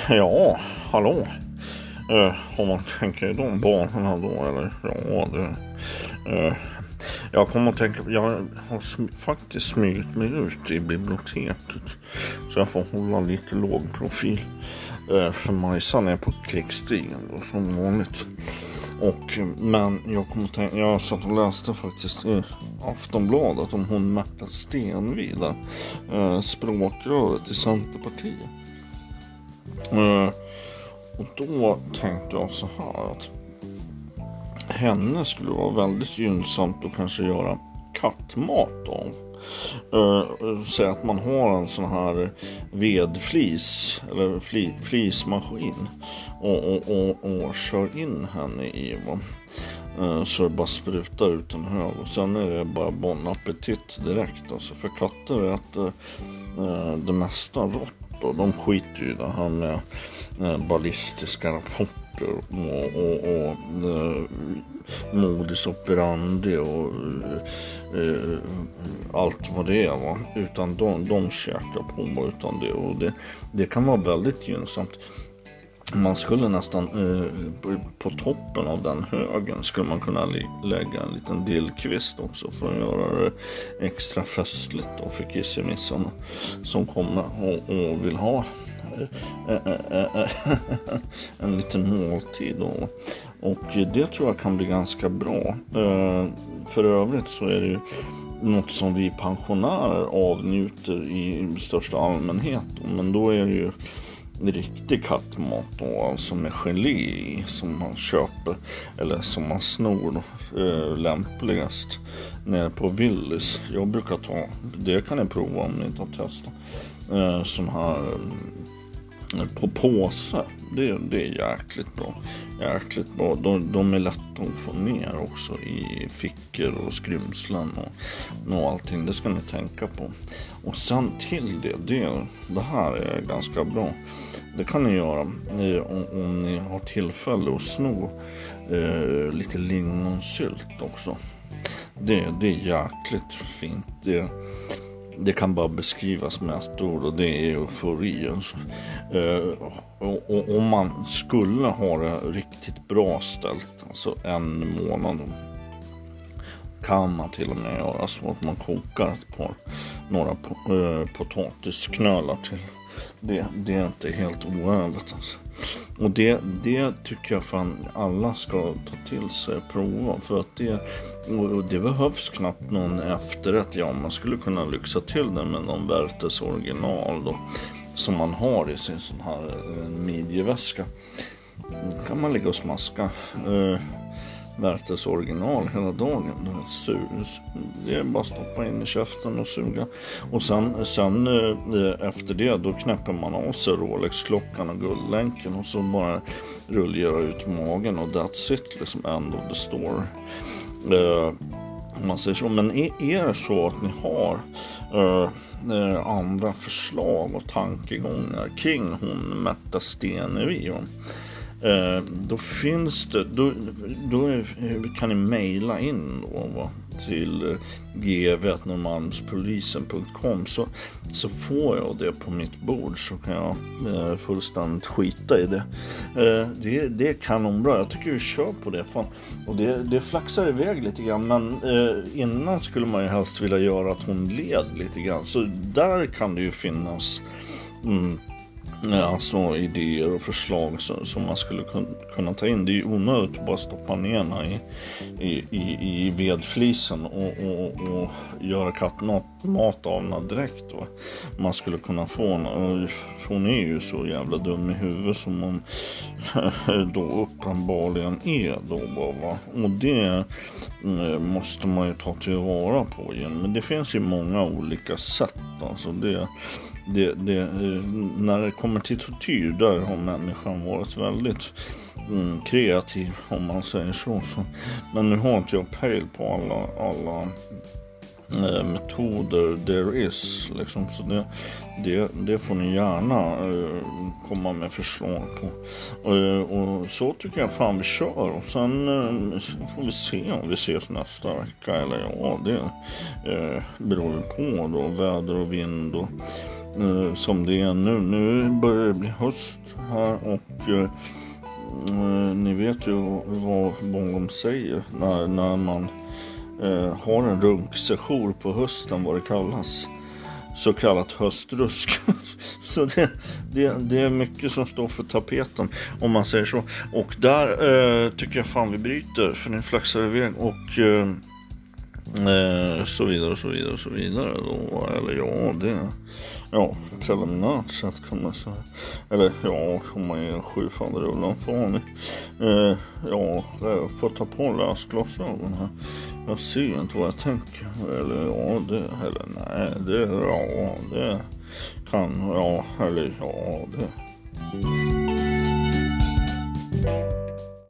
Ja, hallå. Om man tänker i de banorna då, eller? Ja, det... jag kommer att tänka... Jag har faktiskt smugit mig ut i biblioteket. Så jag får hålla lite låg profil. För Majsan är på krigsstigen då, som vanligt. Men jag kommer att tänka... Jag satt och läste faktiskt i Aftonbladet om hon Märta Stenevi, språkröret i Centerpartiet. Och då tänkte jag så här att henne skulle vara väldigt gynnsamt att kanske göra kattmat av. Säg att man har en sån här vedflis eller flismaskin och kör in henne i så det bara sprutar ut en hög och sen är det bara bon appetit direkt. Alltså för katter äter det mesta rått och de skiter ju det här med ballistiska rapporter och modus operandi och allt vad det är, va? Utan de käkar på utan det, och det kan vara väldigt gynnsamt. Man skulle nästan på toppen av den högen skulle man kunna lägga en liten dillkvist också för att göra det extra festligt och för kissemissarna som kommer och vill ha en liten måltid då. Och det tror jag kan bli ganska bra. För övrigt så är det ju något som vi pensionärer avnjuter i största allmänhet. Men då är det ju riktig kattmat då, alltså med gelé i, som man köper eller som man snor lämpligast nere på Willys. Jag brukar ta, det kan ni prova om ni inte har testat, sån här på påse. Det är jäkligt bra. De är lätta att få ner också i fickor och skrymslen och allting. Det ska ni tänka på. Och sen till det här är ganska bra. Det kan ni göra om ni har tillfälle att sno lite lingonsylt också. Det är jäkligt fint. Det kan bara beskrivas med ett ord, och det är eufori. Och om man skulle ha det riktigt bra ställt, alltså en månad, kan man till och med göra så att man kokar några potatisknölar till. Det är inte helt oövat alltså. Och det tycker jag fan alla ska ta till sig och prova, för att det behövs knappt någon efterrätt. Ja, man skulle kunna lyxa till det med någon Werthers original då, som man har i sin sån här midjeväska. Kan man ligga och smaska Werthers original hela dagen. Det är bara att stoppa in i käften och suga. Och sen efter det då knäpper man av sig Rolex-klockan och guldlänken och så bara rullerar ut magen, och that's it, liksom end of the story. Man säger så. Men är det så att ni har andra förslag och tankegångar kring hon Märta Stenevi, då finns det, då kan ni mejla in då, till gv@norrmalmspolisen.com, så får jag det på mitt bord, så kan jag fullständigt skita i det. Det är kanonbra. Jag tycker vi kör på det fan. Och det flaxar iväg lite grann, men innan skulle man ju helst vilja göra att hon led lite grann, så där kan det ju finnas alltså idéer och förslag som man skulle kunna ta in. Det är ju onödigt att bara stoppa ner i vedflisen och göra kattmat av henne direkt då. Man skulle kunna få hon är ju så jävla dum i huvudet som hon då uppenbarligen är då bara. Och det måste man ju ta tillvara på igen. Men det finns ju många olika sätt. Alltså när det kommer till tortyr, där har människan varit väldigt kreativ, om man säger så. Men nu har inte jag pejl på alla metoder there is liksom, så det får ni gärna komma med förslag på, och så tycker jag fan vi kör, och sen får vi se om vi ses nästa vecka, eller ja, det beror på då, väder och vind och som det är nu. Nu börjar det bli höst här och ni vet ju vad de säger när man har en runksession på hösten, vad det kallas. Så kallat höstrusk. Så det är mycket som står för tapeten, om man säger så. Och där tycker jag fan vi bryter, för nu flaxar iväg och så vidare och så vidare och så vidare då. Eller preliminärt sett kan man säga. Eller om man är sjufanderullan fan. Jag får ta på läsglasögon här. Jag ser inte vad jag tänker. Eller det kan, det.